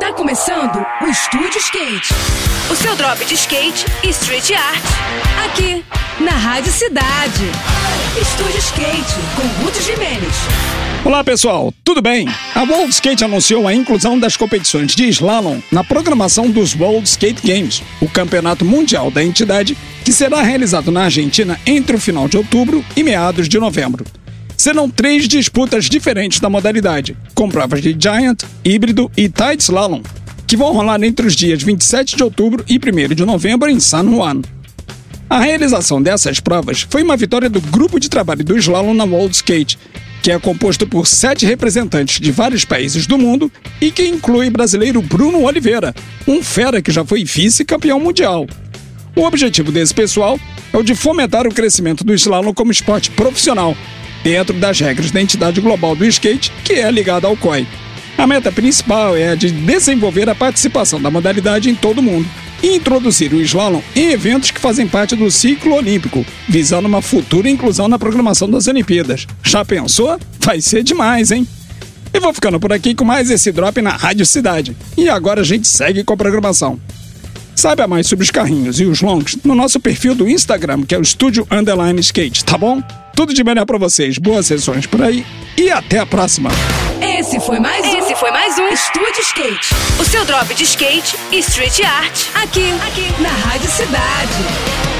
Está começando o Estúdio Skate. O seu drop de skate e street art. Aqui, na Rádio Cidade. Estúdio Skate, com Ruth Jimenez. Olá pessoal, tudo bem? A World Skate anunciou a inclusão das competições de slalom na programação dos World Skate Games, o campeonato mundial da entidade, que será realizado na Argentina entre o final de outubro e meados de novembro. Serão 3 disputas diferentes da modalidade, com provas de Giant, híbrido e Tight Slalom, que vão rolar entre os dias 27 de outubro e 1º de novembro em San Juan. A realização dessas provas foi uma vitória do grupo de trabalho do slalom na World Skate, que é composto por 7 representantes de vários países do mundo e que inclui o brasileiro Bruno Oliveira, um fera que já foi vice-campeão mundial. O objetivo desse pessoal é o de fomentar o crescimento do slalom como esporte profissional, dentro das regras da entidade global do skate, que é ligada ao COI. A meta principal é a de desenvolver a participação da modalidade em todo o mundo e introduzir o slalom em eventos que fazem parte do ciclo olímpico, visando uma futura inclusão na programação das Olimpíadas. Já pensou? Vai ser demais, hein? Eu vou ficando por aqui com mais esse drop na Rádio Cidade. E agora a gente segue com a programação. Saiba mais sobre os carrinhos e os longs no nosso perfil do Instagram, que é o Estúdio_Skate, tá bom? Tudo de melhor pra vocês, boas sessões por aí e até a próxima! Esse foi mais um Estúdio Skate. O seu drop de skate e street art. Aqui na Rádio Cidade.